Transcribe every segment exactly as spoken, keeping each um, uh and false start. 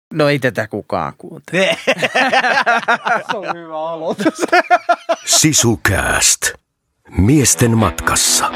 No ei tätä kukaan kuuntele. Se on hyvä aloitus. SisuCast. Miesten matkassa.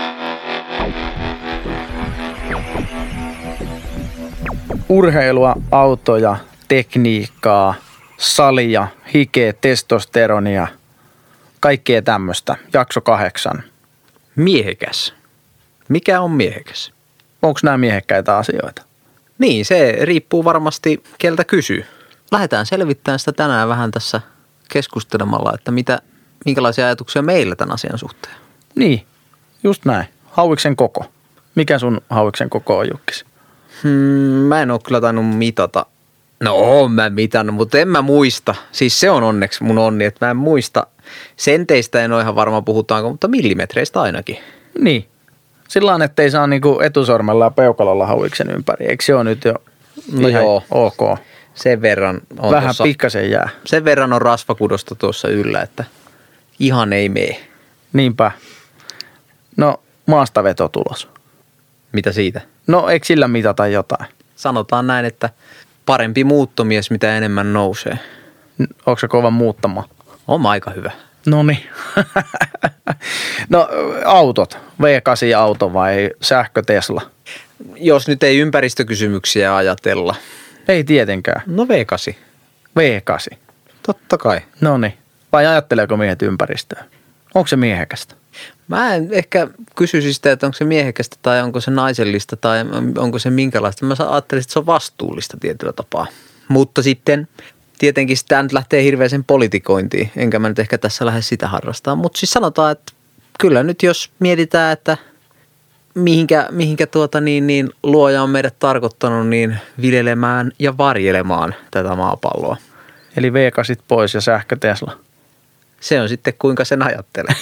Urheilua, autoja, tekniikkaa, salia, hikeä, testosteronia, kaikkea tämmöistä. Jakso kahdeksan. Miehekäs. Mikä on miehekäs? Onko nämä miehekkäitä asioita? Niin, se riippuu varmasti keltä kysyy. Lähdetään selvittämään sitä tänään vähän tässä keskustelemalla, että mitä, minkälaisia ajatuksia meillä tämän asian suhteen. Niin, just näin. Hauiksen koko. Mikä sun hauiksen koko on, Jukkis? Hmm, mä en ole kyllä tainnut mitata. No oon mä mitannut, mutta en mä muista. Siis se on onneksi mun onni, että mä en muista. Senteistä en ole ihan varma puhutaanko, mutta millimetreistä ainakin. Niin. Silloin, ettei saa niinku etusormella ja peukalolla hauiksen ympäri. Eikö se ole nyt jo No ihan joo. ok? Sen verran on Vähän tossa, pikkasen jää. sen verran on rasvakudosta tuossa yllä, että ihan ei mene. Niinpä. No, maastavetotulos. Mitä siitä? No, eikö sillä mitata jotain? Sanotaan näin, että parempi muuttomies, mitä enemmän nousee. Onko se kova muuttama? On aika hyvä. Noniin. No, autot. V kahdeksan auto vai sähkö Tesla? Jos nyt ei ympäristökysymyksiä ajatella. Ei tietenkään. No V kahdeksan. V kahdeksan. Totta kai. Noniin. Vai ajatteleeko miehet ympäristöä? Onko se miehekästä? Mä en ehkä kysyisi sitä, että onko se miehekästä tai onko se naisellista tai onko se minkälaista. Mä ajattelisin, että se on vastuullista tietyllä tapaa. Mutta sitten tietenkin sitä nyt lähtee hirveäsen politikointiin. Enkä mä nyt ehkä tässä lähde sitä harrastamaan. Mutta siis sanotaan, että kyllä nyt jos mietitään, että mihinkä, mihinkä tuota niin, niin luoja on meidät tarkoittanut niin viljelemään ja varjelemaan tätä maapalloa. Eli V kahdeksan pois ja sähkö Tesla. Se on sitten kuinka sen ajattelee.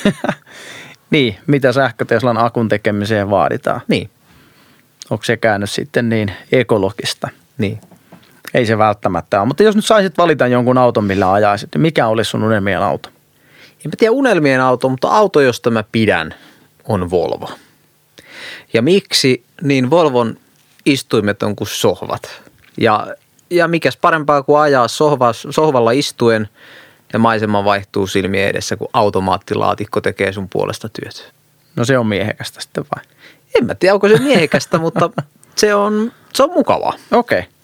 Niin, mitä sähkö Teslan akun tekemiseen vaaditaan. Niin, Onko se käynyt sitten niin ekologista? niin. Ei se välttämättä ole. Mutta jos nyt saisit valita jonkun auton, millä ajaisit, niin mikä olisi sun unelmien auto? En mä tiedä unelmien auto, mutta auto, josta mä pidän, on Volvo. Ja miksi? Niin Volvon istuimet on kuin sohvat. Ja, ja mikäs parempaa kuin ajaa sohva, sohvalla istuen ja maisema vaihtuu silmien edessä, kun automaattilaatikko tekee sun puolesta työt. No se on miehekästä sitten vai? En mä tiedä, onko se miehekästä, mutta se on, se on mukavaa. Okei. Okay.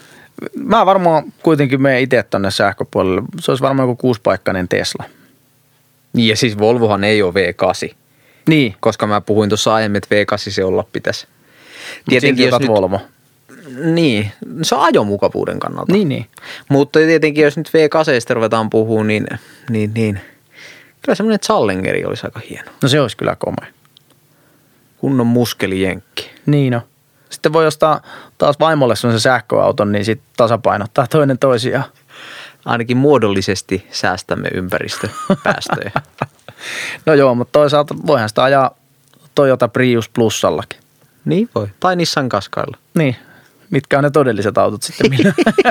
Mä varmaan kuitenkin menen itse tonne sähköpuolelle. Se olisi varmaan joku kuusipaikkainen Tesla. Ja siis Volvohan ei ole V kahdeksan, Niin. koska mä puhuin tuossa aiemmin, että V kahdeksan se olla pitäisi. Tietenkin jos nyt... Volvo. Niin, se on ajomukavuuden kannalta. Niin, niin. Mutta tietenkin jos nyt V kahdeksan ruvetaan puhumaan, niin, niin, niin kyllä semmoinen Challengeri olisi aika hieno. No se olisi kyllä komea. Kunnon muskelijenkki. Niin on. Sitten voi ostaa taas vaimolle se sähköauton, niin sitten tasapainottaa toinen toisiaan. Ainakin muodollisesti säästämme ympäristöpäästöjä. No joo, mutta toisaalta voihan sitä ajaa Toyota Prius Plussallakin. Niin voi. Tai Nissan Qashqailla. Niin. Mitkä on ne todelliset autot sitten, millä,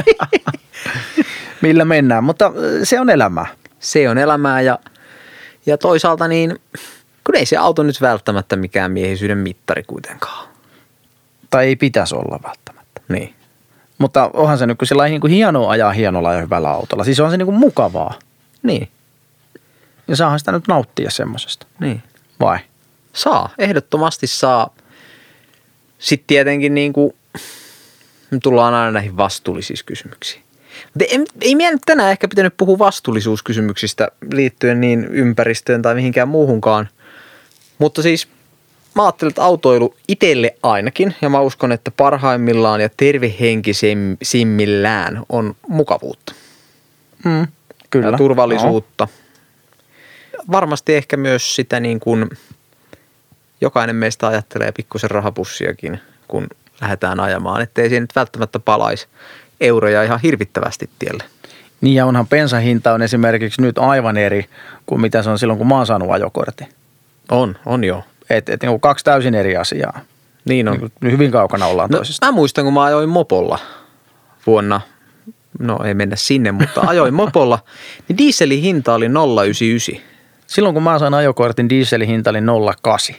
millä mennään. Mutta se on elämää. Se on elämää ja, ja toisaalta niin, kun ei se auto nyt välttämättä mikään miehisyyden mittari kuitenkaan. Tai ei pitäisi olla välttämättä. Niin. Mutta onhan se nyt, kun sillä niin kuin hienoa ajaa hienolla ja hyvällä autolla. Siis onhan se niin kuin mukavaa. Niin. Ja saahan sitä nyt nauttia semmoisesta. Niin. Vai? Saa. Ehdottomasti saa. Sitten tietenkin niin kuin, me tullaan aina näihin vastuullisiin kysymyksiin. Ei, ei meidän tänään ehkä pitänyt puhua vastuullisuuskysymyksistä liittyen niin ympäristöön tai mihinkään muuhunkaan. Mutta siis mä ajattelen, että autoilu itselle ainakin, ja mä uskon, että parhaimmillaan ja tervehenkisimmillään on mukavuutta. Mm, kyllä. Ja turvallisuutta. No. Varmasti ehkä myös sitä niin kuin jokainen meistä ajattelee pikkusen rahapussiakin, kun lähdetään ajamaan, ettei siihen nyt välttämättä palaisi euroja ihan hirvittävästi tielle. Niin ja onhan bensahinta on esimerkiksi nyt aivan eri kuin mitä se on silloin, kun mä oon saanut ajokortin. On, on joo. Että et, niin kaksi täysin eri asiaa. Niin on. Niin hyvin kaukana ollaan no, toisesta. Mä muistan, kun mä ajoin mopolla vuonna, no ei mennä sinne, mutta ajoin mopolla, niin dieselin hinta oli nolla pilkku yhdeksänkymmentäyhdeksän. Silloin kun mä sain ajokortin, dieselin hinta oli nolla pilkku kahdeksan.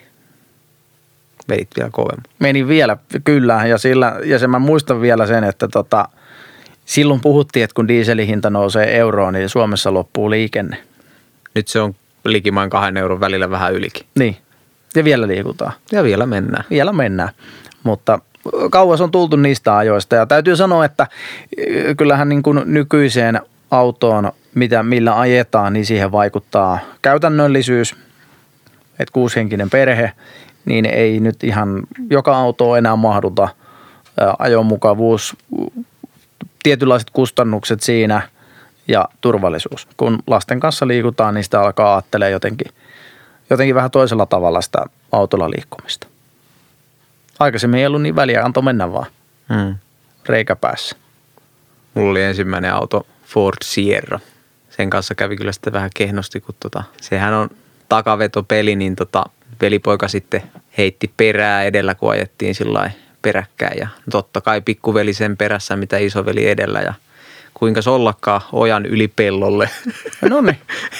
Vedit vielä kovemmin. Meni vielä, kyllä, ja, sillä, ja sen mä muistan vielä sen, että tota, Silloin puhuttiin, että kun dieselin hinta nousee euroon, niin Suomessa loppuu liikenne. Nyt se on likimain kahden euron välillä vähän ylikin. Niin, ja vielä liikutaan. Ja vielä mennään. Vielä mennään, mutta kauas on tultu niistä ajoista ja täytyy sanoa, että kyllähän niin kuin nykyiseen autoon, mitä, millä ajetaan, niin siihen vaikuttaa käytännöllisyys, että kuusihenkinen perhe, niin ei nyt ihan joka autoon enää mahduta, ajomukavuus, tietynlaiset kustannukset siinä ja turvallisuus. Kun lasten kanssa liikutaan, niin sitä alkaa ajattelemaan jotenkin, jotenkin vähän toisella tavalla sitä autolla liikkumista. Aikaisemmin ei ollut niin väliä, antoi mennä vaan hmm. reikä päässä. Mulla oli ensimmäinen auto Ford Sierra. Sen kanssa kävi kyllä sitten vähän kehnosti, kun tota, sehän on takavetopeli, niin tota, velipoika sitten heitti perää edellä, kun ajettiin sillä peräkkäin. Ja totta kai pikkuveli sen perässä, mitä isoveli edellä ja kuinka ollakaan ojan yli pellolle. No niin.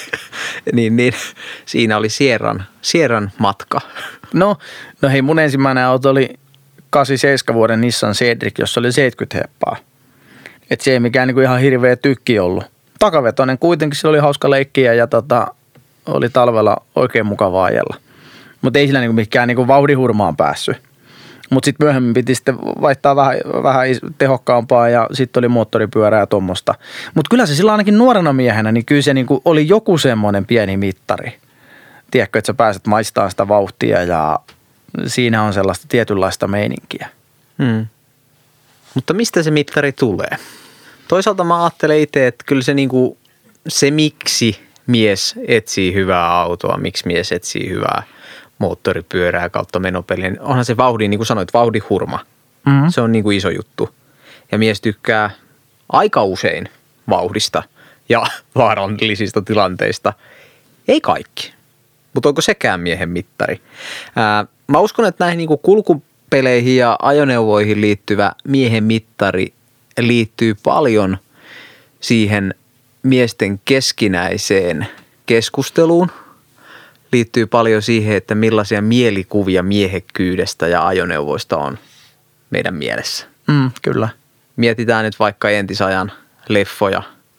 niin, niin siinä oli Sierran, Sierran matka. No, no hei, mun ensimmäinen auto oli kahdeksankymmentäseitsemän vuoden Nissan Cedric, jossa oli seitsemänkymmentä heppaa. Et se ei mikään niinku ihan hirveä tykki ollut. Takavetoinen kuitenkin, sillä oli hauska leikkiä ja tota, oli talvella oikein mukava ajella. Mutta ei sillä niinku mikään niinku vauhdihurmaan päässyt. Mutta sitten myöhemmin piti sitten vaihtaa vähän, vähän tehokkaampaa ja sitten oli moottoripyörää ja tuommoista. Mutta kyllä se sillä ainakin nuorena miehenä, niin kyllä se niinku oli joku semmoinen pieni mittari. Tiedätkö, että sä pääset maistamaan sitä vauhtia ja siinä on sellaista tietynlaista meininkiä. Hmm. Mutta mistä se mittari tulee? Toisaalta mä ajattelen itse, että kyllä se, niinku, se miksi mies etsii hyvää autoa, miksi mies etsii hyvää moottoripyörää kautta menopeliä, niin onhan se vauhdin, niin kuin sanoit, vauhdihurma. Mm-hmm. Se on niin kuin iso juttu. Ja mies tykkää aika usein vauhdista ja vaarallisista tilanteista. Ei kaikki, mutta onko sekään miehen mittari? Ää, mä uskon, että näihin niin kuin kulkupeleihin ja ajoneuvoihin liittyvä miehen mittari liittyy paljon siihen miesten keskinäiseen keskusteluun. Liittyy paljon siihen, että millaisia mielikuvia miehekkyydestä ja ajoneuvoista on meidän mielessä. Mm, kyllä. Mietitään nyt vaikka entisajan leffoja,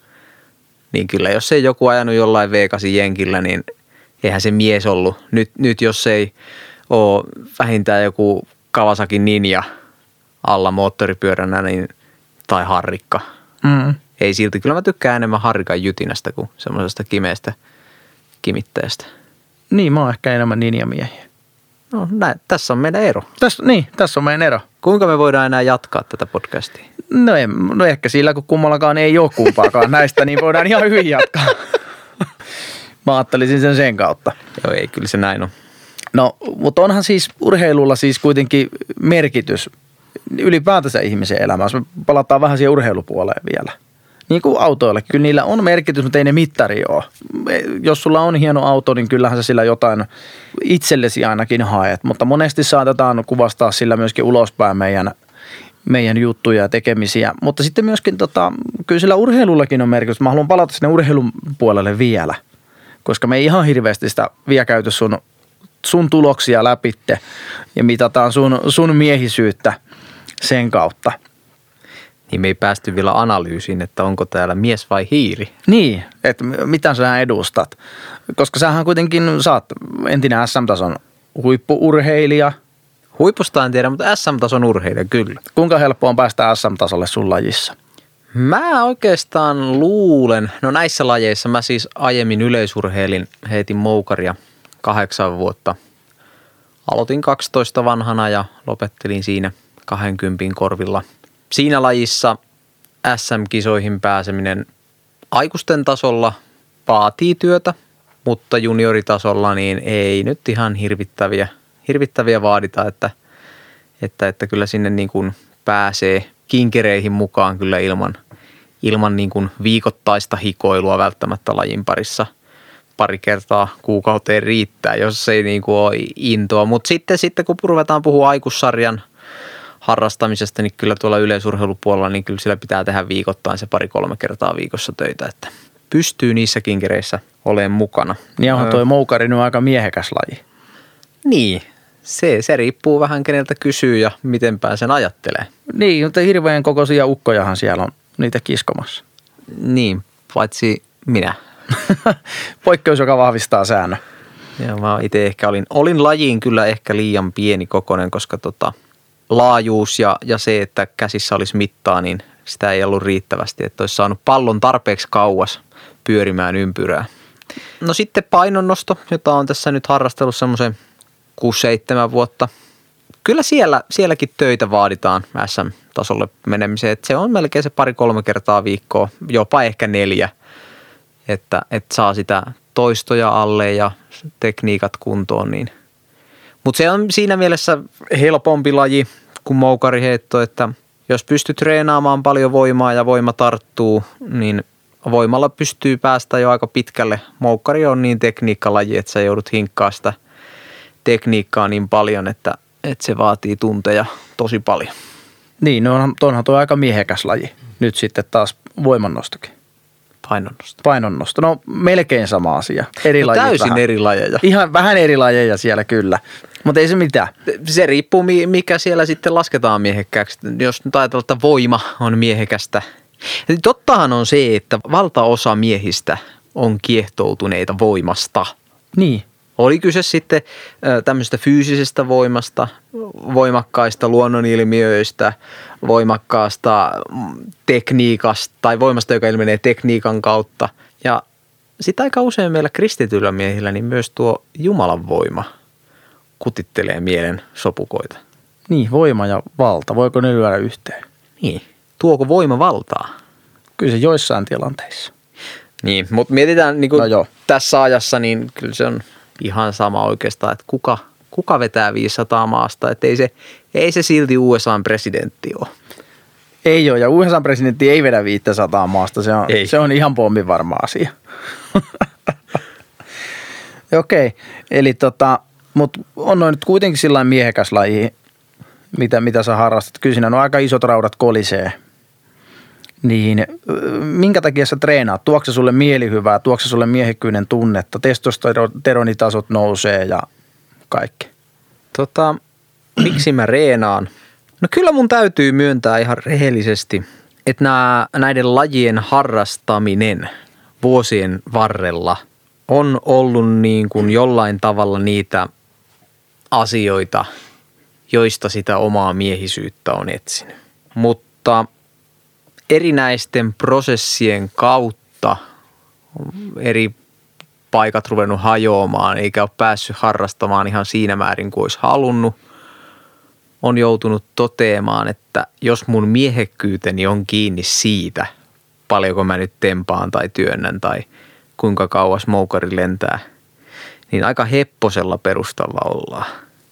niin kyllä jos ei joku ajanut jollain V kahdeksan jenkillä, niin eihän se mies ollut. Nyt, nyt jos ei ole vähintään joku Kawasaki Ninja alla moottoripyöränä niin, tai harrikka. Mm. Ei silti. Kyllä mä tykkään enemmän harrikan jytinästä kuin semmoisesta kimeästä kimittäjästä. Niin, mä oon ehkä enemmän ninjamiehiä. No näin, tässä on meidän ero. Tässä, niin, tässä on meidän ero. Kuinka me voidaan enää jatkaa tätä podcastia? No, en, no ehkä sillä, kun kummallakaan ei ole kumpaakaan näistä, niin voidaan ihan hyvin jatkaa. Mä ajattelisin sen sen kautta. Joo, ei, kyllä se näin on. No, mutta onhan siis urheilulla siis kuitenkin merkitys ylipäätänsä ihmisen elämässä. Me palataan vähän siihen urheilupuoleen vielä. Niin kuin autoillakin. Kyllä niillä on merkitys, mutta ei ne mittari ole. Jos sulla on hieno auto, niin kyllähän sä sillä jotain itsellesi ainakin haet. Mutta monesti saatetaan kuvastaa sillä myöskin ulospäin meidän, meidän juttuja ja tekemisiä. Mutta sitten myöskin tota, kyllä sillä urheilullakin on merkitys. Mä haluan palata sinne urheilun puolelle vielä. Koska me ei ihan hirveästi sitä vielä käyty sun, sun tuloksia läpitte ja mitataan sun, sun miehisyyttä sen kautta. Niin me ei päästy vielä analyysiin, että onko täällä mies vai hiiri. Niin, että mitä sä edustat. Koska sähän kuitenkin saat entinen S M-tason huippu-urheilija. Huipusta en tiedä, mutta S M-tason urheilija kyllä. Kuinka helppoa on päästä S M-tasolle sun lajissa? Mä oikeastaan luulen, no näissä lajeissa mä siis aiemmin yleisurheilin, heitin moukaria kahdeksan vuotta. Aloitin kaksitoista vanhana ja lopettelin siinä kahdenkympin korvilla. Siinä lajissa S M-kisoihin pääseminen aikuisten tasolla vaatii työtä, mutta junioritasolla niin ei nyt ihan hirvittäviä, hirvittäviä vaadita, että, että, että kyllä sinne niin kuin pääsee kinkereihin mukaan kyllä ilman, ilman niin kuin viikoittaista hikoilua välttämättä lajin parissa. Pari kertaa kuukauteen riittää, jos ei niin kuin ole intoa, mutta sitten, sitten kun ruvetaan puhua aikuissarjan harrastamisesta, niin kyllä tuolla yleisurheilupuolella, niin kyllä sillä pitää tehdä viikoittain se pari-kolme kertaa viikossa töitä, että pystyy niissä kinkereissä olemaan mukana. Niin onhan toi moukari nyt aika miehekäs laji. Niin, se, se riippuu vähän keneltä kysyy ja mitenpä sen ajattelee. Niin, mutta hirveän kokoisia ukkojahan siellä on niitä kiskomassa. Niin, paitsi minä. Poikkeus, joka vahvistaa säännön. Ja mä itse ehkä olin, olin lajiin kyllä ehkä liian pieni kokonen, koska tota, laajuus ja, ja se, että käsissä olisi mittaa, niin sitä ei ollut riittävästi, että olisi saanut pallon tarpeeksi kauas pyörimään ympyrää. No sitten painonnosto, jota on tässä nyt harrastellut semmoisen kuusi seitsemän vuotta. Kyllä siellä, sielläkin töitä vaaditaan S M-tasolle menemiseen, että se on melkein se pari-kolme kertaa viikkoa, jopa ehkä neljä, että, että saa sitä toistoja alle ja tekniikat kuntoon. Niin. Mutta se on siinä mielessä helpompi laji kuin moukariheitto, että jos pystyt treenaamaan paljon voimaa ja voima tarttuu, niin voimalla pystyy päästä jo aika pitkälle. Moukkari on niin tekniikkalaji, että sä joudut hinkkaa sitä tekniikkaa niin paljon, että, että se vaatii tunteja tosi paljon. Niin, no onhan, onhan tuo aika miehekäs laji. Nyt sitten taas voimannostokin. Painonnosto. Painonnosto. No melkein sama asia. Eri no, lajit täysin vähän. eri lajeja. Ihan vähän eri lajeja siellä kyllä, mutta ei se mitään. Se riippuu, mikä siellä sitten lasketaan miehekkääksi. Jos nyt ajatellaan, että voima on miehekästä. Tottahan on se, että valtaosa miehistä on kiehtoutuneita voimasta. Niin. Oli kyse sitten tämmöisestä fyysisestä voimasta, voimakkaista luonnonilmiöistä, voimakkaasta tekniikasta tai voimasta, joka ilmenee tekniikan kautta. Ja sitten aika usein meillä kristityillä miehillä niin myös tuo Jumalan voima kutittelee mielen sopukoita. Niin, voima ja valta. Voiko ne lyödä yhteen? Niin. Tuoko voima valtaa? Kyllä se joissain tilanteissa. Niin, mutta mietitään niin kuin no tässä ajassa, niin kyllä se on ihan sama oikeastaan, että kuka, kuka vetää viisisataa maasta, että ei se, ei se silti U S A:n presidentti ole. Ei ole, ja U S A:n presidentti ei vedä viisisataa maasta, se on, se on ihan pommin varma asia. Okei, okay. Eli tota, mutta on noin nyt kuitenkin sillain miehekäs laji, mitä, mitä sä harrastat. Kyllä siinä on aika isot raudat kolisee. Niin minkä takia sä treenaat? Tuokse sulle mielihyvää, tuokse sulle miehekkyyden tunnetta, testosteronitasot nousee ja kaikki? Tota, miksi mä reenaan? No kyllä mun täytyy myöntää ihan rehellisesti, että nämä, näiden lajien harrastaminen vuosien varrella on ollut niin kuin jollain tavalla niitä asioita, joista sitä omaa miehisyyttä on etsinyt. Mutta erinäisten prosessien kautta eri paikat ruvennut hajoamaan, eikä ole päässyt harrastamaan ihan siinä määrin kuin olisi halunnut. On joutunut toteamaan, että jos mun miehekkyyteni on kiinni siitä, paljonko mä nyt tempaan tai työnnän tai kuinka kauas moukari lentää, niin aika hepposella perustalla ollaan.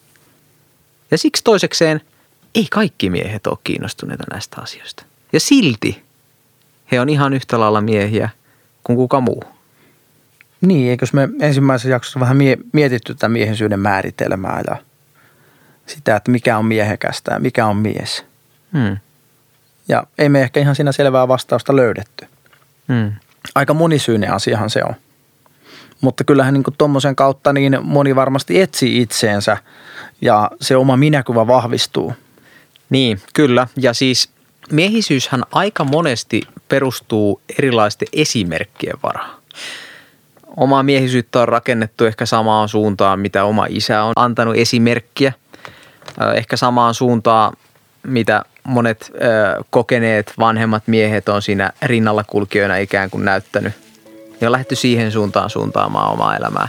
Ja siksi toisekseen ei kaikki miehet ole kiinnostuneita näistä asioista. Ja silti he on ihan yhtä lailla miehiä kuin kuka muu. Niin, eikös me ensimmäisessä jaksossa vähän mie- mietitty tätä miehisyyden määritelmää ja sitä, että mikä on miehekästä ja mikä on mies. Hmm. Ja ei me ehkä ihan siinä selvää vastausta löydetty. Hmm. Aika monisyinen asiahan se on. Mutta kyllähän niin kuin tommosen kautta niin moni varmasti etsii itseensä ja se oma minäkuva vahvistuu. Niin, kyllä. Ja siis miehisyyshän aika monesti perustuu erilaisten esimerkkien varaan. Omaa miehisyyttä on rakennettu ehkä samaan suuntaan, mitä oma isä on antanut esimerkkiä. Ehkä samaan suuntaan, mitä monet ö, kokeneet vanhemmat miehet on siinä rinnalla kulkijoina ikään kuin näyttänyt. Ja on lähdetty siihen suuntaan suuntaamaan omaa elämää.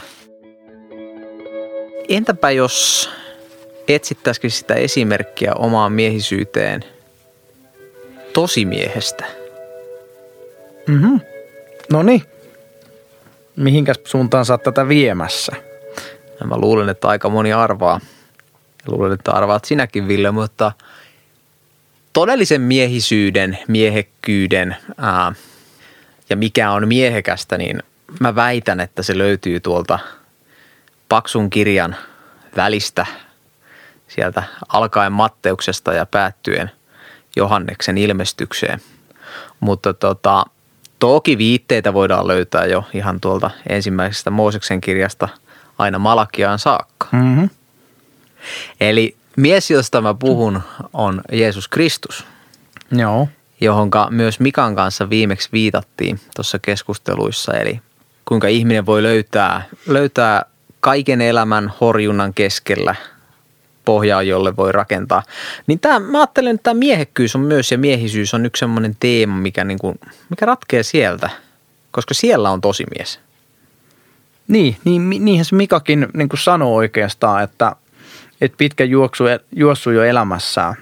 Entäpä jos etsittäisikin sitä esimerkkiä omaan miehisyyteen tosimiehestä? Mhm. No niin. Mihinkäs suuntaan sä oot tätä viemässä? Ja mä luulen, että aika moni arvaa. Ja luulen, että arvaat sinäkin, Ville, mutta todellisen miehisyyden, miehekkyyden ää, ja mikä on miehekästä, niin mä väitän, että se löytyy tuolta paksun kirjan välistä, sieltä alkaen Matteuksesta ja päättyen Johanneksen ilmestykseen. Mutta tota, toki viitteitä voidaan löytää jo ihan tuolta ensimmäisestä Mooseksen kirjasta aina Malakiaan saakka. Mhm. Eli mies, josta mä puhun, on Jeesus Kristus. Joo. johonka myös Mikan kanssa viimeksi viitattiin tuossa keskusteluissa. Eli kuinka ihminen voi löytää, löytää kaiken elämän horjunnan keskellä pohjaa, jolle voi rakentaa. Niin tämä, mä ajattelen, että tämä miehekkyys on myös ja miehisyys on yksi semmoinen teema, mikä, niin kuin, mikä ratkeaa sieltä, koska siellä on tosimies. Niin, niin niinhän se Mikakin niin kuin sanoo oikeastaan, että, että pitkä juoksu, juossu jo elämässään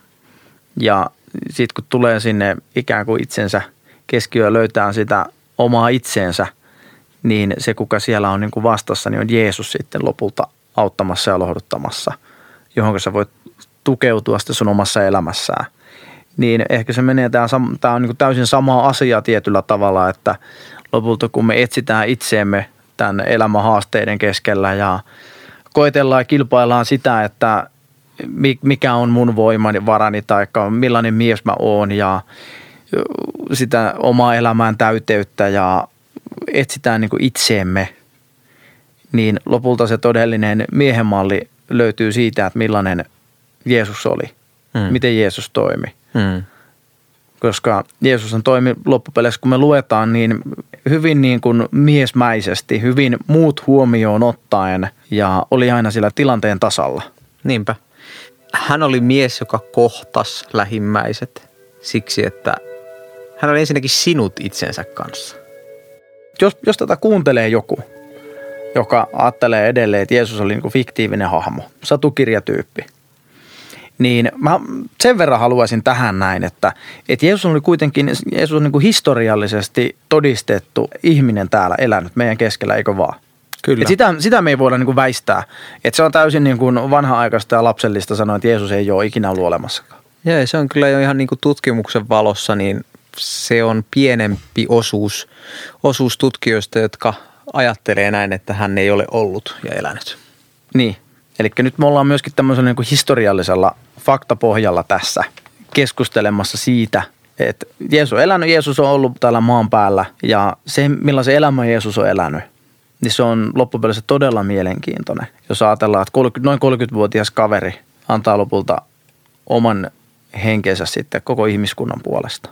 ja sitten kun tulee sinne ikään kuin itsensä keskiöön löytää sitä omaa itseensä, niin se kuka siellä on niin kuin vastassa, niin on Jeesus sitten lopulta auttamassa ja lohduttamassa, johon sä voit tukeutua sitten sun omassa elämässään. Niin ehkä se menee, tämä on niin kuin täysin sama asia tietyllä tavalla, että lopulta kun me etsitään itseemme tämän elämän haasteiden keskellä ja koetellaan ja kilpaillaan sitä, että mikä on mun voimani, varani tai millainen mies mä oon ja sitä omaa elämään täyteyttä ja etsitään niin kuin itseemme, niin lopulta se todellinen miehenmalli löytyy siitä, että millainen Jeesus oli, hmm. miten Jeesus toimi. Hmm. Koska Jeesus on toimi loppupeleissä, kun me luetaan, niin hyvin niin kuin miesmäisesti, hyvin muut huomioon ottaen ja oli aina sillä tilanteen tasalla. Niinpä. Hän oli mies, joka kohtasi lähimmäiset siksi, että hän oli ensinnäkin sinut itsensä kanssa. Jos, jos tätä kuuntelee joku, joka ajattelee edelleen, että Jeesus oli niin kuin fiktiivinen hahmo, satukirjatyyppi, niin mä sen verran haluaisin tähän näin, että, että Jeesus oli kuitenkin, Jeesus on niin kuin historiallisesti todistettu ihminen täällä elänyt meidän keskellä, eikö vaan? Kyllä. Sitä, sitä me ei voida niin kuin väistää. Että se on täysin niin kuin vanha-aikaista ja lapsellista sanoa, että Jeesus ei ole ikinä ollut olemassakaan. Joo, se on kyllä jo ihan niin kuin tutkimuksen valossa, niin se on pienempi osuus, osuus tutkijoista, jotka ajattelee näin, että hän ei ole ollut ja elänyt. Niin, eli nyt me ollaan myöskin tämmöisellä niin kuin historiallisella faktapohjalla tässä keskustelemassa siitä, että Jeesus on elänyt, Jeesus on ollut täällä maan päällä ja se, millaisen elämän Jeesus on elänyt, niin se on loppupeleissä todella mielenkiintoinen. Jos ajatellaan, että kolmekymmentä, noin kolmekymmentävuotias kaveri antaa lopulta oman henkensä sitten koko ihmiskunnan puolesta.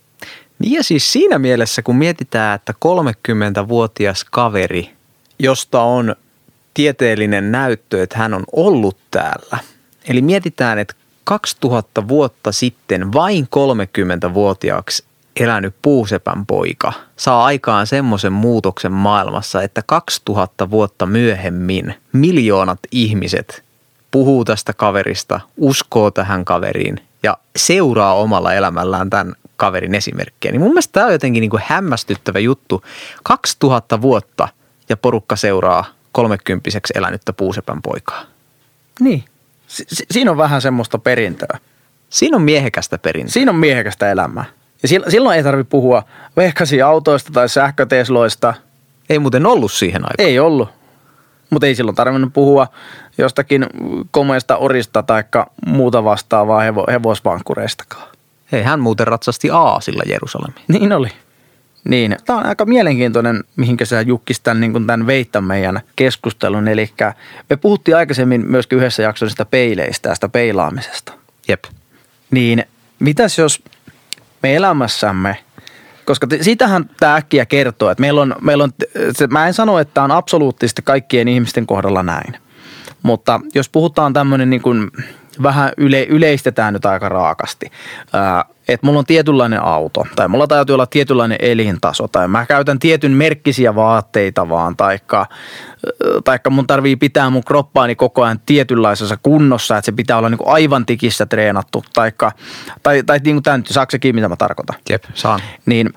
Niin ja siis siinä mielessä, kun mietitään, että kolmekymmentävuotias kaveri, josta on tieteellinen näyttö, että hän on ollut täällä. Eli mietitään, että kaksituhatta vuotta sitten vain kolmekymmentävuotiaaksi elänyt puusepän poika saa aikaan semmoisen muutoksen maailmassa, että kaksituhatta vuotta myöhemmin miljoonat ihmiset puhuu tästä kaverista, uskoo tähän kaveriin ja seuraa omalla elämällään tämän kaverin esimerkkiä. Niin mun mielestä tämä on jotenkin niin kuin hämmästyttävä juttu. kaksituhatta vuotta ja porukka seuraa kolmekymppiseksi elänyttä puusepän poikaa. Niin. Si- siinä on vähän semmoista perintöä. Siinä on miehekästä perintöä. Siinä on miehekästä elämää. Ja silloin ei tarvitse puhua vehkaisia autoista tai sähkötesloista. Ei muuten ollut siihen aikaan. Ei ollut. Mutta ei silloin tarvinnut puhua jostakin komeasta orista tai muuta vastaavaa hevo- hevosvankkureistakaan. Ei, hän muuten ratsasti aasilla Jerusalemiin. Niin oli. Niin. Tämä on aika mielenkiintoinen, mihinkä sä Jukkis tämän, niin kuin tämän veittä meidän keskustelun. Eli me puhuttiin aikaisemmin myöskin yhdessä jaksossa sitä peileistä ja sitä peilaamisesta. Jep. Niin mitäs jos me elämässämme, koska siitähän tämä äkkiä kertoo, että meillä on, meillä on se, mä en sano, että tämä on absoluuttisesti kaikkien ihmisten kohdalla näin. Mutta jos puhutaan tämmöinen niin kuin vähän yle, yleistetään nyt aika raakasti, ää, että mulla on tietynlainen auto tai mulla täytyy olla tietynlainen elintaso tai mä käytän tietyn merkkisiä vaatteita vaan taikka, taikka mun tarvii pitää mun kroppaani koko ajan tietynlaisessa kunnossa, että se pitää olla niin kuin aivan tikissä treenattu taikka, tai, tai niin kuin tämä nyt, saako se kiinni, mitä mä tarkoitan? Jep, saan. Niin,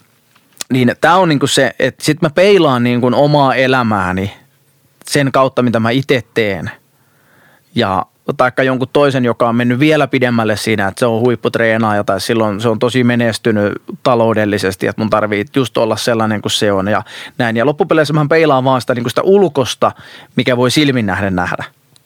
niin tämä on niin kuin se, että sit mä peilaan niin kuin omaa elämääni sen kautta, mitä mä itse teen ja taikka jonkun toisen, joka on mennyt vielä pidemmälle siinä, että se on huipputreenaaja tai silloin se on tosi menestynyt taloudellisesti, että mun tarvii just olla sellainen kuin se on ja näin. Ja loppupeleissä mä peilaan vaan sitä, niin kuin sitä ulkosta, mikä voi silmin nähden nähdä.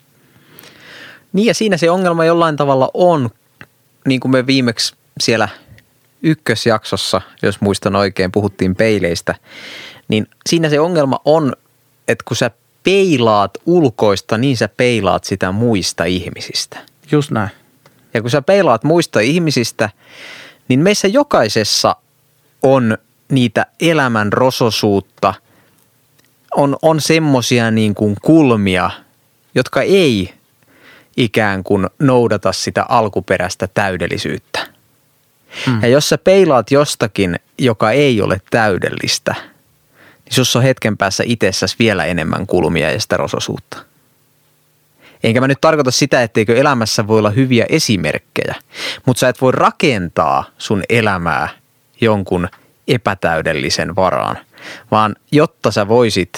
Niin ja siinä se ongelma jollain tavalla on, niin kuin me viimeksi siellä ykkösjaksossa, jos muistan oikein, puhuttiin peileistä, niin siinä se ongelma on, että kun sä peilaat ulkoista, niin sä peilaat sitä muista ihmisistä. Just näin. Ja kun sä peilaat muista ihmisistä, niin meissä jokaisessa on niitä elämän rososuutta, on, on semmoisia niin kuin kulmia, jotka ei ikään kuin noudata sitä alkuperäistä täydellisyyttä. Hmm. Ja jos sä peilaat jostakin, joka ei ole täydellistä, niin sussa on hetken päässä itsessäsi vielä enemmän kulmia ja sitä rososuutta. Enkä mä nyt tarkoita sitä, etteikö elämässä voi olla hyviä esimerkkejä, mutta sä et voi rakentaa sun elämää jonkun epätäydellisen varaan, vaan jotta sä voisit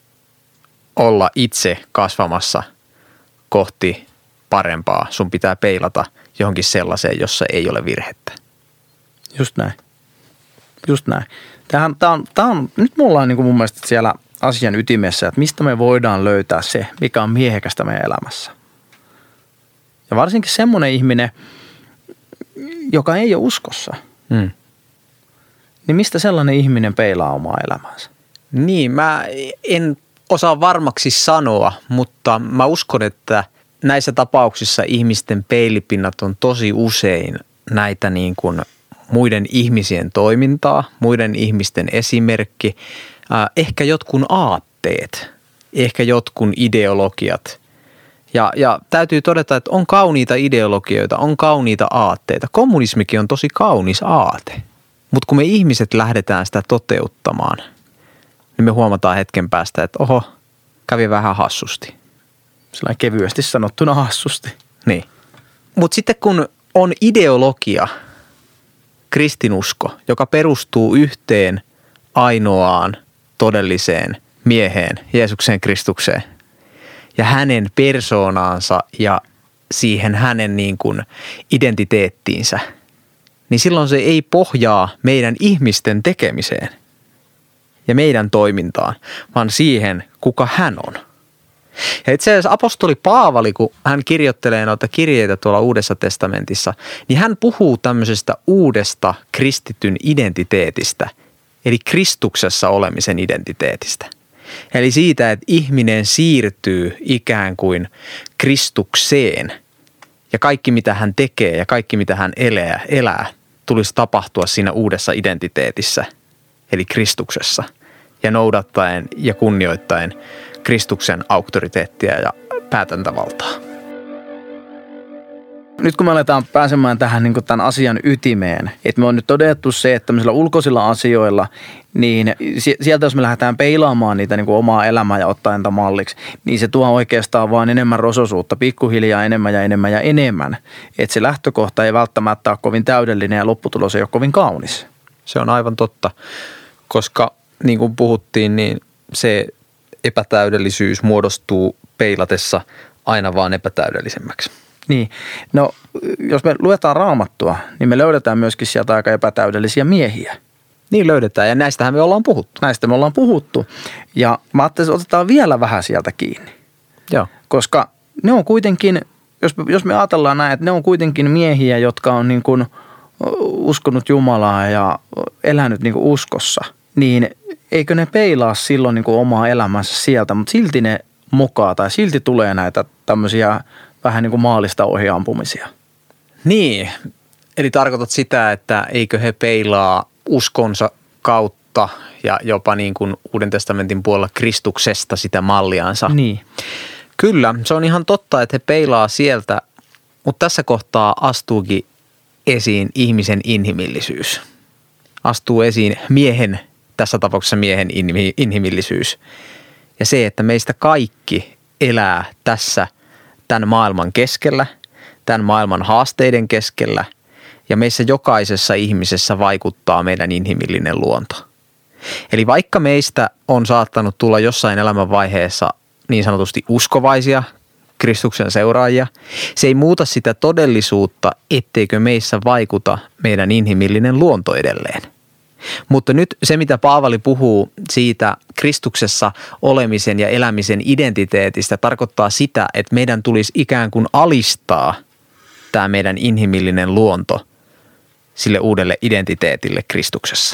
olla itse kasvamassa kohti parempaa, sun pitää peilata johonkin sellaiseen, jossa ei ole virhettä. Just näin. Just näin. Tämähän, tämä on, tämä on, nyt me ollaan niin kuin mun mielestä siellä asian ytimessä, että mistä me voidaan löytää se, mikä on miehekästä meidän elämässä. Ja varsinkin semmoinen ihminen, joka ei ole uskossa, mm. niin mistä sellainen ihminen peilaa omaa elämäänsä? Niin, mä en osaa varmaksi sanoa, mutta mä uskon, että näissä tapauksissa ihmisten peilipinnat on tosi usein näitä niin kuin muiden ihmisien toimintaa, muiden ihmisten esimerkki, äh, ehkä jotkun aatteet, ehkä jotkun ideologiat. Ja, ja täytyy todeta, että on kauniita ideologioita, on kauniita aatteita. Kommunismikin on tosi kaunis aate, mutta kun me ihmiset lähdetään sitä toteuttamaan, niin me huomataan hetken päästä, että oho, kävi vähän hassusti. Sellainen kevyesti sanottuna hassusti. Niin. Mutta sitten kun on ideologia, kristinusko, joka perustuu yhteen ainoaan todelliseen mieheen, Jeesuksen Kristukseen ja hänen persoonaansa ja siihen hänen niin kuin identiteettiinsä, niin silloin se ei pohjaa meidän ihmisten tekemiseen ja meidän toimintaan, vaan siihen, kuka hän on. Ja itse asiassa apostoli Paavali, kun hän kirjoittelee noita kirjeitä tuolla Uudessa testamentissa, niin hän puhuu tämmöisestä uudesta kristityn identiteetistä, eli Kristuksessa olemisen identiteetistä. Eli siitä, että ihminen siirtyy ikään kuin Kristukseen ja kaikki mitä hän tekee ja kaikki mitä hän elää, elää tulisi tapahtua siinä uudessa identiteetissä, eli Kristuksessa ja noudattaen ja kunnioittaen Kristuksen auktoriteettia ja päätäntävaltaa. Nyt kun me aletaan pääsemään tähän niin kuin tämän asian ytimeen, että me on nyt todettu se, että tämmöisillä ulkoisilla asioilla, niin sieltä jos me lähdetään peilaamaan niitä niin kuin omaa elämää ja ottaa entä malliksi, niin se tuo oikeastaan vaan enemmän rososuutta, pikkuhiljaa enemmän ja enemmän ja enemmän. Että se lähtökohta ei välttämättä ole kovin täydellinen ja lopputulos ei ole kovin kaunis. Se on aivan totta, koska niin kuin puhuttiin, niin se epätäydellisyys muodostuu peilatessa aina vaan epätäydellisemmäksi. Niin, no jos me luetaan Raamattua, niin me löydetään myöskin sieltä aika epätäydellisiä miehiä. Niin löydetään ja näistähän me ollaan puhuttu. Näistä me ollaan puhuttu ja mä ajattelin, että otetaan vielä vähän sieltä kiinni. Joo. Koska ne on kuitenkin, jos, jos me ajatellaan näin, että ne on kuitenkin miehiä, jotka on niin kuin uskonut Jumalaa ja elänyt niin kuin uskossa, niin eikö ne peilaa silloin niin kuin omaa elämänsä sieltä, mutta silti ne mokaa tai silti tulee näitä tämmöisiä vähän niin kuin maalista ohiampumisia. Niin, eli tarkoitat sitä, että eikö he peilaa uskonsa kautta ja jopa niin kuin Uuden testamentin puolella Kristuksesta sitä malliansa. Niin. Kyllä, se on ihan totta, että he peilaa sieltä, mutta tässä kohtaa astuukin esiin ihmisen inhimillisyys. Astuu esiin miehen, tässä tapauksessa miehen inhimillisyys. Ja se, että meistä kaikki elää tässä tämän maailman keskellä, tämän maailman haasteiden keskellä ja meissä jokaisessa ihmisessä vaikuttaa meidän inhimillinen luonto. Eli vaikka meistä on saattanut tulla jossain elämänvaiheessa niin sanotusti uskovaisia, Kristuksen seuraajia, se ei muuta sitä todellisuutta, etteikö meissä vaikuta meidän inhimillinen luonto edelleen. Mutta nyt se, mitä Paavali puhuu siitä Kristuksessa olemisen ja elämisen identiteetistä, tarkoittaa sitä, että meidän tulisi ikään kuin alistaa tämä meidän inhimillinen luonto sille uudelle identiteetille Kristuksessa.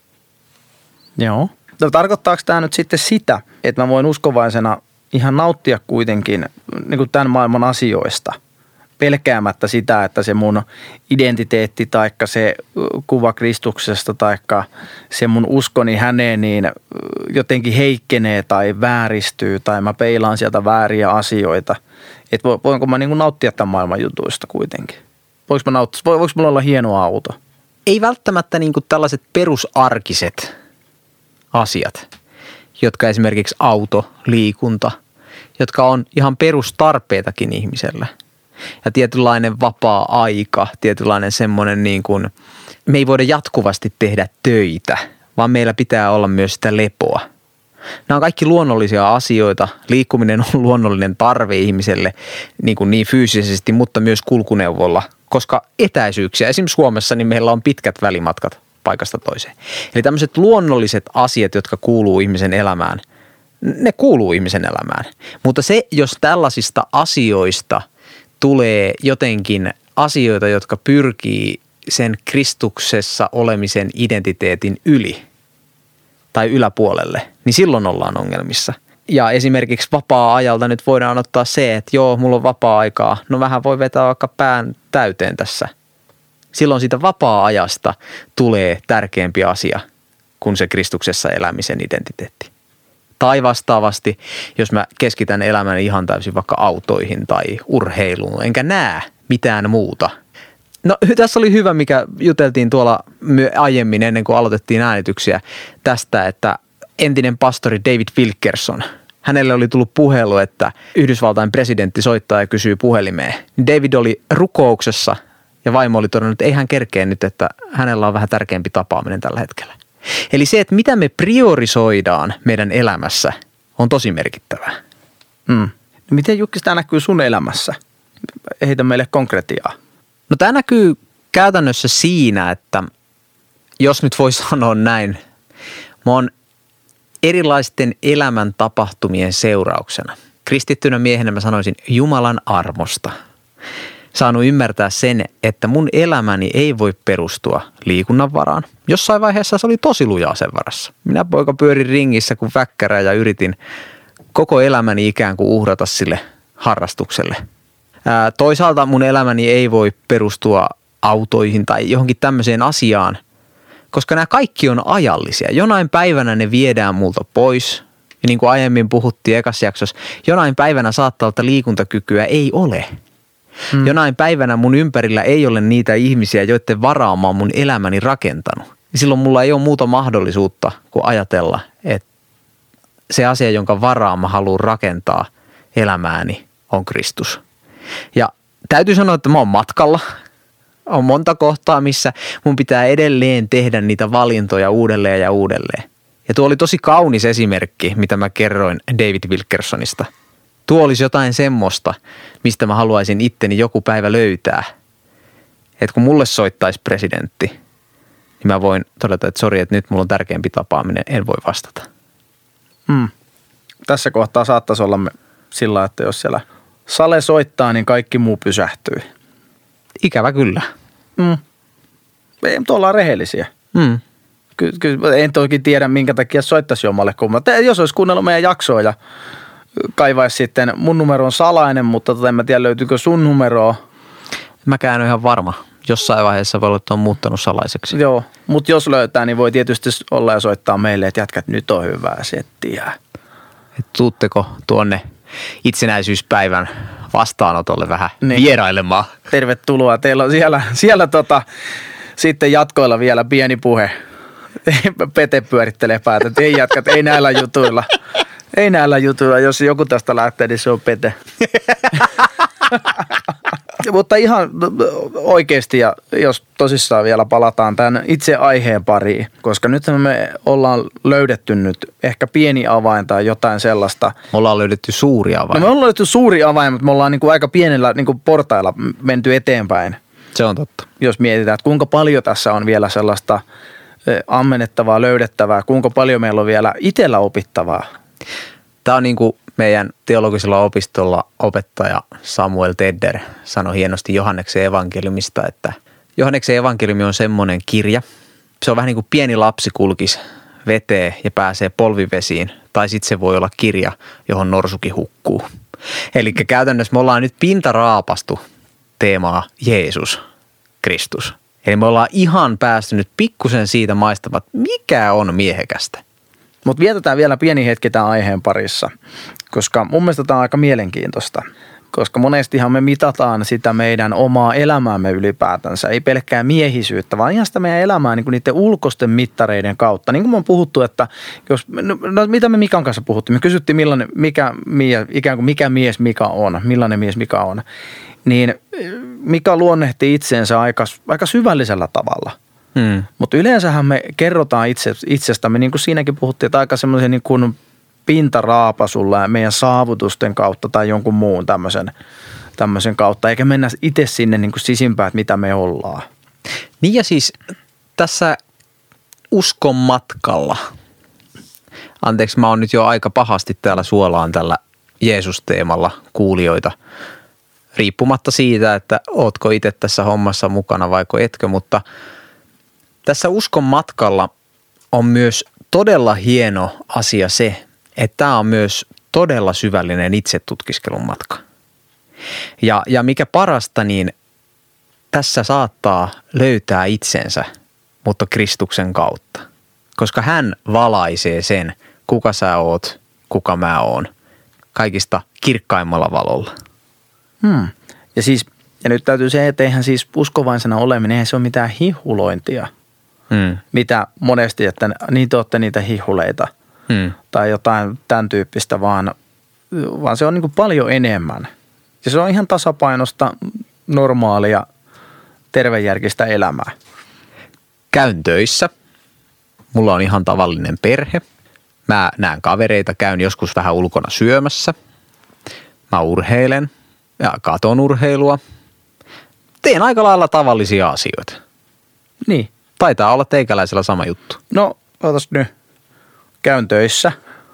Joo. No, tarkoittaako tämä nyt sitten sitä, että mä voin uskovaisena ihan nauttia kuitenkin niin kuin tämän maailman asioista pelkäämättä sitä, että se mun identiteetti taikka se kuva Kristuksesta taikka se mun uskoni häneen niin jotenkin heikkenee tai vääristyy tai mä peilaan sieltä vääriä asioita. Että voinko mä niin kuin nauttia tämän maailman jutuista kuitenkin? Voinko mä nauttia? Voinko mulla olla hieno auto? Ei välttämättä niin kuin tällaiset perusarkiset asiat, jotka esimerkiksi auto, liikunta, jotka on ihan perustarpeitakin ihmiselle. Ja tietynlainen vapaa-aika, tietynlainen semmoinen niin kuin, me ei voida jatkuvasti tehdä töitä, vaan meillä pitää olla myös sitä lepoa. Nämä on kaikki luonnollisia asioita. Liikkuminen on luonnollinen tarve ihmiselle niin, kuin niin fyysisesti, mutta myös kulkuneuvolla, koska etäisyyksiä, esimerkiksi Suomessa, niin meillä on pitkät välimatkat paikasta toiseen. Eli tämmöiset luonnolliset asiat, jotka kuuluu ihmisen elämään, ne kuuluu ihmisen elämään. Mutta se, jos tällaisista asioista tulee jotenkin asioita, jotka pyrkii sen Kristuksessa olemisen identiteetin yli tai yläpuolelle, niin silloin ollaan ongelmissa. Ja esimerkiksi vapaa-ajalta nyt voidaan ottaa se, että joo, mulla on vapaa-aikaa, no vähän voi vetää vaikka pään täyteen tässä. Silloin siitä vapaa-ajasta tulee tärkeämpi asia kuin se Kristuksessa elämisen identiteetti. Tai vastaavasti, jos mä keskitän elämäni ihan täysin vaikka autoihin tai urheiluun, enkä näe mitään muuta. No tässä oli hyvä, mikä juteltiin tuolla aiemmin ennen kuin aloitettiin äänityksiä tästä, että entinen pastori David Wilkerson, hänelle oli tullut puhelu, että Yhdysvaltain presidentti soittaa ja kysyy puhelimeen. David oli rukouksessa ja vaimo oli todennut, että ei hän kerkeä nyt, että hänellä on vähän tärkeämpi tapaaminen tällä hetkellä. Eli se, että mitä me priorisoidaan meidän elämässä, on tosi merkittävää. Mm. No miten Jukki tämä näkyy sun elämässä? Heitä meille konkretiaa. No tämä näkyy käytännössä siinä, että jos nyt voi sanoa näin, mä oon erilaisten elämän tapahtumien seurauksena. Kristittynä miehenä mä sanoisin Jumalan armosta. Saanut ymmärtää sen, että mun elämäni ei voi perustua liikunnan varaan. Jossain vaiheessa se oli tosi lujaa sen varassa. Minä poika pyörin ringissä kuin väkkärä ja yritin koko elämäni ikään kuin uhrata sille harrastukselle. Ää, toisaalta mun elämäni ei voi perustua autoihin tai johonkin tämmöiseen asiaan, koska nämä kaikki on ajallisia. Jonain päivänä ne viedään multa pois. Ja niin kuin aiemmin puhuttiin ekassa jaksossa, jonain päivänä saattaa olla, että liikuntakykyä ei ole. Hmm. Jonain päivänä mun ympärillä ei ole niitä ihmisiä, joiden varaa mä oon mun elämäni rakentanut. Ja silloin mulla ei ole muuta mahdollisuutta kuin ajatella, että se asia, jonka varaa mä haluan rakentaa elämääni, on Kristus. Ja täytyy sanoa, että mä oon matkalla. On monta kohtaa, missä mun pitää edelleen tehdä niitä valintoja uudelleen ja uudelleen. Ja tuo oli tosi kaunis esimerkki, mitä mä kerroin David Wilkersonista. Tuo olisi jotain semmoista, mistä mä haluaisin itteni joku päivä löytää. Että kun mulle soittaisi presidentti, niin mä voin todeta, että sori, että nyt mulla on tärkeämpi tapaaminen, en voi vastata. Mm. Tässä kohtaa saattaisi olla sillä, että jos siellä Sale soittaa, niin kaikki muu pysähtyy. Ikävä kyllä. Mm. Ei, mutta ollaan rehellisiä. Mm. Ky- ky- en toki tiedä, minkä takia soittaisi jommalle kummalle. Jos olisi kuunnellut meidän jaksoa ja kaivaisi sitten, mun numero on salainen, mutta tota en mä tiedä löytyykö sun numeroa. Mäkään en ole ihan varma. Jossain vaiheessa voi olla, että on muuttanut salaiseksi. Joo, mutta jos löytää, niin voi tietysti olla ja soittaa meille, että jätkät nyt on hyvää settiä. Et tuutteko tuonne itsenäisyyspäivän vastaanotolle vähän niin vierailemaan? Tervetuloa. Teillä on siellä, siellä tota, sitten jatkoilla vielä pieni puhe. Pete pyörittelee päätä, että ei jätkät, ei näillä jutuilla. Ei näillä jutuilla. Jos joku tästä lähtee, niin se on Pete. Mutta ihan oikeasti, ja jos tosissaan vielä palataan tämän itse aiheen pariin, koska nyt me ollaan löydetty nyt ehkä pieni avain tai jotain sellaista. Me ollaan löydetty suuri avain. No me ollaan löydetty suuri avain, mutta me ollaan niin kuin aika pienellä niin kuin portailla menty eteenpäin. Se on totta. Jos mietitään, että kuinka paljon tässä on vielä sellaista ammennettavaa, löydettävää, kuinka paljon meillä on vielä itsellä opittavaa. Tämä on niin kuin meidän teologisella opistolla opettaja Samuel Tedder sanoi hienosti Johanneksen evankeliumista, että Johanneksen evankeliumi on semmoinen kirja. Se on vähän niin kuin pieni lapsi kulkisi veteen ja pääsee polvivesiin, tai sitten se voi olla kirja, johon norsukin hukkuu. Eli käytännössä me ollaan nyt pintaraapastu teemaa Jeesus Kristus. Eli me ollaan ihan päästy nyt pikkusen siitä maistamaan, mikä on miehekästä. Mutta vietetään vielä pieni hetki tämän aiheen parissa, koska mun mielestä tämä on aika mielenkiintoista. Koska monestihan me mitataan sitä meidän omaa elämäämme ylipäätänsä, ei pelkkää miehisyyttä, vaan ihan sitä meidän elämää niin kuin niiden ulkoisten mittareiden kautta. Niin kuin me on puhuttu, että jos, no, mitä me Mikan kanssa puhuttiin, me kysyttiin millainen, mikä, ikään kuin mikä mies Mika on, millainen mies Mika on, niin Mika luonnehti itseensä aika, aika syvällisellä tavalla. Hmm. Mutta yleensähän me kerrotaan itse, itsestämme, niin kuin siinäkin puhuttiin, että aika semmoisen niin kuin pintaraapasulla ja meidän saavutusten kautta tai jonkun muun tämmöisen, tämmöisen kautta, eikä mennä itse sinne niin kuin sisimpään, että mitä me ollaan. Niin ja siis tässä uskon matkalla, anteeksi mä oon nyt jo aika pahasti täällä suolaan tällä Jeesus-teemalla kuulijoita, riippumatta siitä, että ootko itse tässä hommassa mukana vaiko etkö, mutta tässä uskon matkalla on myös todella hieno asia se, että tämä on myös todella syvällinen itsetutkiskelun matka. Ja, ja mikä parasta, niin tässä saattaa löytää itsensä, mutta Kristuksen kautta. Koska hän valaisee sen, kuka sä oot, kuka mä oon, kaikista kirkkaimmalla valolla. Hmm. Ja siis, ja nyt täytyy se, että eihän siis uskovaisena oleminen, eihän se ole mitään hihulointia. Hmm. Mitä monesti, että niin te olette niitä hihuleita hmm. tai jotain tämän tyyppistä, vaan, vaan se on niin kuin paljon enemmän. Ja se on ihan tasapainosta, normaalia, tervejärkistä elämää. Käyn töissä. Mulla on ihan tavallinen perhe. Mä näen kavereita, käyn joskus vähän ulkona syömässä. Mä urheilen ja katon urheilua. Teen aika lailla tavallisia asioita. Niin. Taitaa olla teikäläisellä sama juttu. No, ootas nyt. Käyn töissä.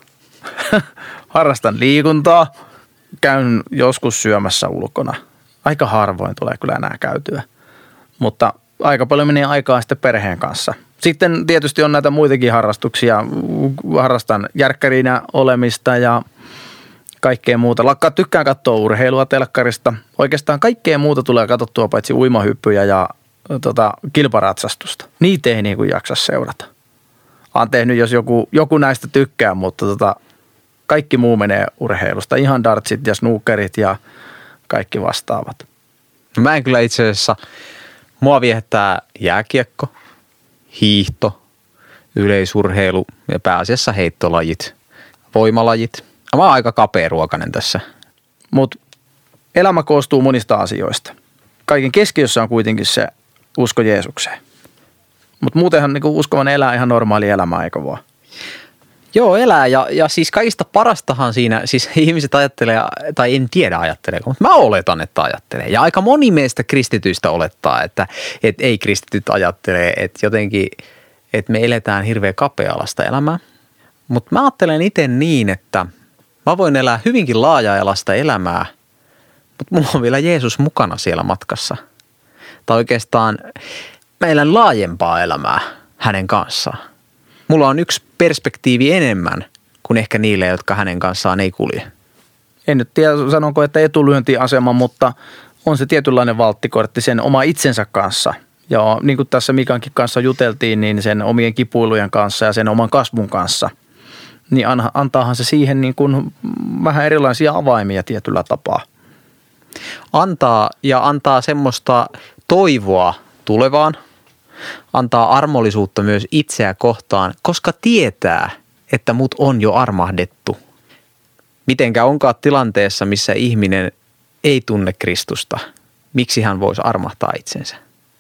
Harrastan liikuntaa. Käyn joskus syömässä ulkona. Aika harvoin tulee kyllä enää käytyä. Mutta aika paljon menee aikaa sitten perheen kanssa. Sitten tietysti on näitä muitakin harrastuksia. Harrastan järkkärinä olemista ja kaikkea muuta. Lakkaa tykkään katsoa urheilua telkkarista. Oikeastaan kaikkea muuta tulee katsottua paitsi uimahyppyjä ja tota, kilparatsastusta. Niitä ei niin kuin jaksa seurata. Olen tehnyt, jos joku, joku näistä tykkää, mutta tota, kaikki muu menee urheilusta. Ihan dartsit ja snookerit ja kaikki vastaavat. No mä en kyllä itse asiassa, mua viehättää jääkiekko, hiihto, yleisurheilu ja pääasiassa heittolajit, voimalajit. Mä oon aika kapearuokainen tässä. Mutta elämä koostuu monista asioista. Kaiken keskiössä on kuitenkin se usko Jeesukseen. Mutta muutenhan niinku uskovan elää ihan normaali elämää, eikö vaan? Joo, elää ja, ja siis kaikista parastahan siinä, siis ihmiset ajattelee, tai en tiedä ajatteleeko, mutta mä oletan, että ajattelee. Ja aika moni meistä kristityistä olettaa, että, että ei kristityt ajattelee, että jotenkin, että me eletään hirveän kapea-alasta elämää. Mutta mä ajattelen itse niin, että mä voin elää hyvinkin laaja-alaista elämää, mutta mulla on vielä Jeesus mukana siellä matkassa. Tai oikeastaan mä elän laajempaa elämää hänen kanssaan. Mulla on yksi perspektiivi enemmän kuin ehkä niille, jotka hänen kanssaan ei kulje. En nyt tiedä, sanonko, että etulyöntiasema, mutta on se tietynlainen valttikortti sen oma itsensä kanssa. Ja niin kuin tässä Mikankin kanssa juteltiin, niin sen omien kipuilujen kanssa ja sen oman kasvun kanssa. Niin antaahan se siihen niin kuin vähän erilaisia avaimia tietyllä tapaa. Antaa ja antaa semmoista toivoa tulevaan. Antaa armollisuutta myös itseä kohtaan, koska tietää, että mut on jo armahdettu. Mitenkä onkaan tilanteessa, missä ihminen ei tunne Kristusta, miksi hän voisi armahtaa itsensä?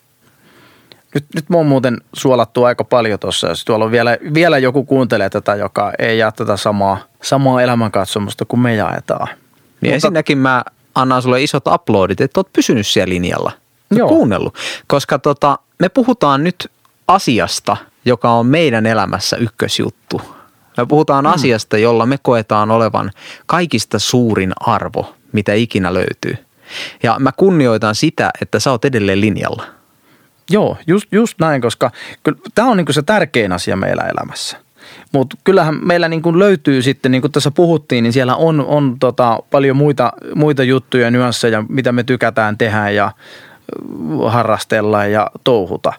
Nyt, nyt mä oon muuten suolattu aika paljon tuossa, jos tuolla on vielä, vielä joku kuuntelee tätä, joka ei jaa tätä samaa, samaa elämänkatsomusta kuin me jaetaan. Niin Mutta ensinnäkin mä annan sulle isot uploadit, että oot pysynyt siellä linjalla ja kuunnellut, koska tota, me puhutaan nyt asiasta, joka on meidän elämässä ykkösjuttu. Me puhutaan mm. asiasta, jolla me koetaan olevan kaikista suurin arvo, mitä ikinä löytyy. Ja mä kunnioitan sitä, että sä oot edelleen linjalla. Joo, just, just näin, koska tämä on niinku se tärkein asia meillä elämässä. Mutta kyllähän meillä niin kuin löytyy sitten, niin kuin tässä puhuttiin, niin siellä on, on tota paljon muita, muita juttuja, nyansseja, mitä me tykätään tehdä ja harrastella ja touhuta.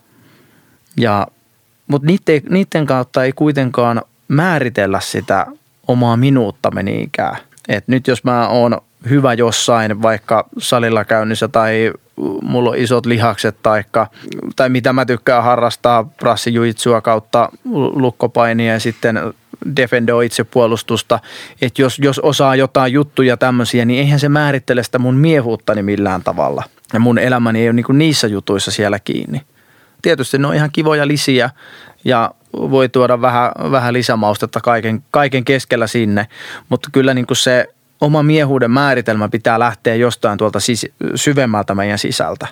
Ja, mutta niiden, niiden kautta ei kuitenkaan määritellä sitä omaa minuuttamme niinkään. Et nyt jos mä oon hyvä jossain, vaikka salilla käynnissä tai mulla on isot lihakset taikka, tai mitä mä tykkään harrastaa, brassijujitsua kautta lukkopainia ja sitten defendoo itsepuolustusta. Että jos, jos osaa jotain juttuja tämmöisiä, niin eihän se määrittele sitä mun miehuuttani millään tavalla. Ja mun elämäni ei ole niinku niissä jutuissa siellä kiinni. Tietysti ne on ihan kivoja lisiä ja voi tuoda vähän, vähän lisämaustetta kaiken, kaiken keskellä sinne, mutta kyllä niinku se oma miehuuden määritelmä pitää lähteä jostain tuolta sis- syvemmältä meidän sisältä.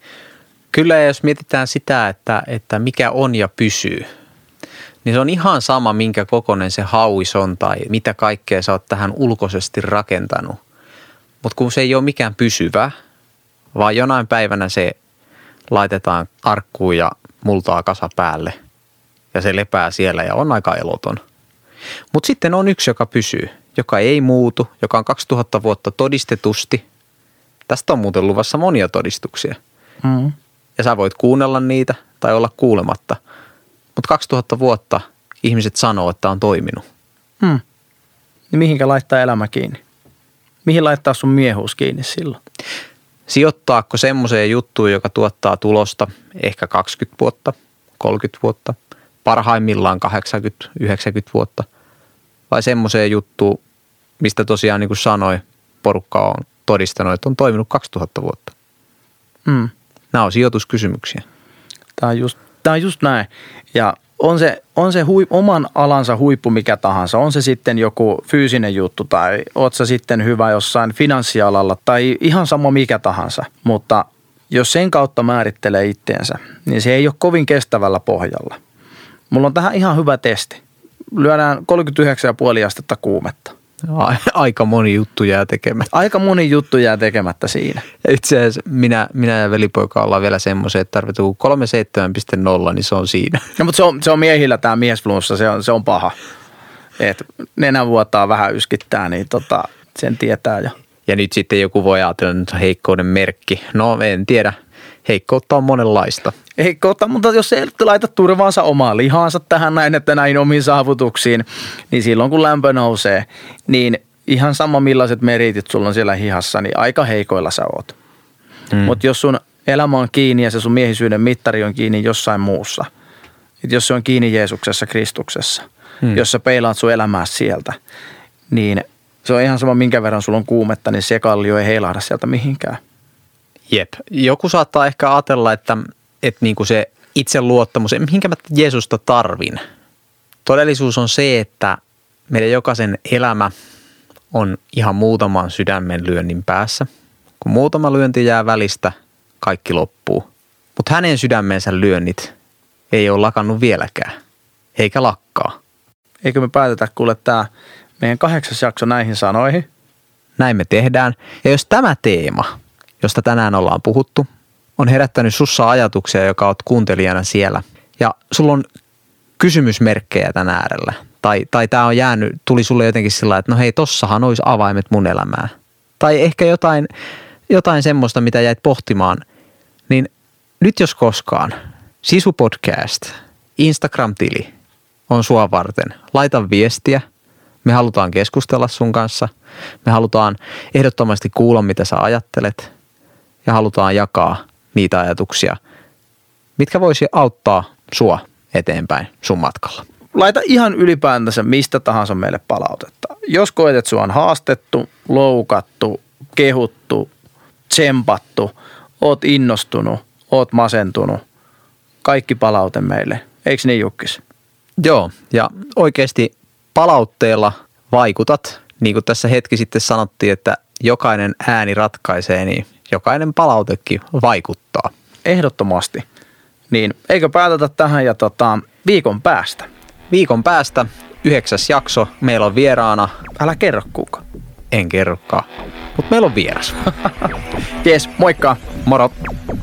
Kyllä, jos mietitään sitä, että, että mikä on ja pysyy, niin se on ihan sama, minkä kokoinen se hauis on tai mitä kaikkea sä oot tähän ulkoisesti rakentanut. Mutta kun se ei ole mikään pysyvä, vaan jonain päivänä se laitetaan arkkuun ja multaa kasa päälle ja se lepää siellä ja on aika eloton. Mutta sitten on yksi, joka pysyy, joka ei muutu, joka on kaksituhatta vuotta todistetusti. Tästä on muuten luvassa monia todistuksia. Mm. Ja sä voit kuunnella niitä tai olla kuulematta. Mutta kaksituhatta vuotta ihmiset sanoo, että on toiminut. Mm. Niin mihinkä laittaa elämä kiinni? Mihin laittaa sun miehuus kiinni silloin? Sijoittaako semmoiseen juttuun, joka tuottaa tulosta ehkä kaksikymmentä vuotta, kolmekymmentä vuotta, parhaimmillaan kahdeksankymmentä yhdeksänkymmentä vuotta? Vai semmoiseen juttuun, mistä tosiaan niin kuin sanoi, porukka on todistanut, että on toiminut kaksituhatta vuotta? Mm. Nämä on sijoituskysymyksiä. Tämä on just, tämä on just näin. Ja on se, on se hui, oman alansa huippu mikä tahansa. On se sitten joku fyysinen juttu tai oot sä sitten hyvä jossain finanssialalla tai ihan sama mikä tahansa. Mutta jos sen kautta määrittelee itteensä, niin se ei ole kovin kestävällä pohjalla. Mulla on tähän ihan hyvä testi. Lyödään kolmekymmentäyhdeksän pilkku viisi astetta kuumetta. Aika moni juttu jää tekemättä. Aika moni juttu jää tekemättä siinä. Ja itse asiassa minä, minä ja velipoika ollaan vielä semmoisen, että tarvituu kolmekymmentäseitsemän pilkku nolla, niin se on siinä. No, mutta se on, se on miehillä tämä miesflunssa, se on, se on paha. Et nenä vuotaa vähän yskittää, niin tota, sen tietää jo. Ja nyt sitten joku voi ajatella, että heikkouden merkki. No en tiedä. Heikkoutta on monenlaista. Heikkoutta, mutta jos ei laita turvaansa omaa lihaansa tähän näin, että näin omiin saavutuksiin, niin silloin kun lämpö nousee, niin ihan sama millaiset meritit sulla on siellä hihassa, niin aika heikoilla sä oot. Hmm. Mutta jos sun elämä on kiinni ja se sun miehisyyden mittari on kiinni jossain muussa, että jos se on kiinni Jeesuksessa, Kristuksessa, hmm. jos sä peilaat sun elämää sieltä, niin se on ihan sama minkä verran sulla on kuumetta, niin se kallio ei heilahda sieltä mihinkään. Jep. Joku saattaa ehkä ajatella, että, että niin kuin se itseluottamus, mihinkä mä Jeesusta tarvin. Todellisuus on se, että meidän jokaisen elämä on ihan muutaman sydämen lyönnin päässä. Kun muutama lyönti jää välistä, kaikki loppuu. Mutta hänen sydämensä lyönnit ei ole lakannut vieläkään, eikä lakkaa. Eikö me päätetä kuule tämä meidän kahdeksas jakso näihin sanoihin? Näin me tehdään. Ja jos tämä teema, josta tänään ollaan puhuttu, on herättänyt sussa ajatuksia, joka oot kuuntelijana siellä. Ja sulla on kysymysmerkkejä tän äärellä. Tai, tai tää on jäänyt, tuli sulle jotenkin sillä, että no hei, tossahan olisi avaimet mun elämään. Tai ehkä jotain, jotain semmoista, mitä jäit pohtimaan. Niin nyt jos koskaan, Sisu Podcast, Instagram-tili on sua varten. Laita viestiä. Me halutaan keskustella sun kanssa. Me halutaan ehdottomasti kuulla, mitä sä ajattelet. Ja halutaan jakaa niitä ajatuksia, mitkä voisi auttaa sua eteenpäin sun matkalla. Laita ihan ylipäätänsä mistä tahansa meille palautetta. Jos koet, että sua on haastettu, loukattu, kehuttu, tsempattu, oot innostunut, oot masentunut, kaikki palaute meille. Eikö niin, Jukkis? Joo, ja oikeasti palautteella vaikutat. Niin kuin tässä hetki sitten sanottiin, että jokainen ääni ratkaisee, niin jokainen palautekin vaikuttaa. Ehdottomasti. Niin, eikö päätetä tähän ja tota, viikon päästä? Viikon päästä, yhdeksäs jakso, meillä on vieraana. Älä kerro kuka. En kerrokaan, mutta meillä on vieras. Jes, moikka. Moro.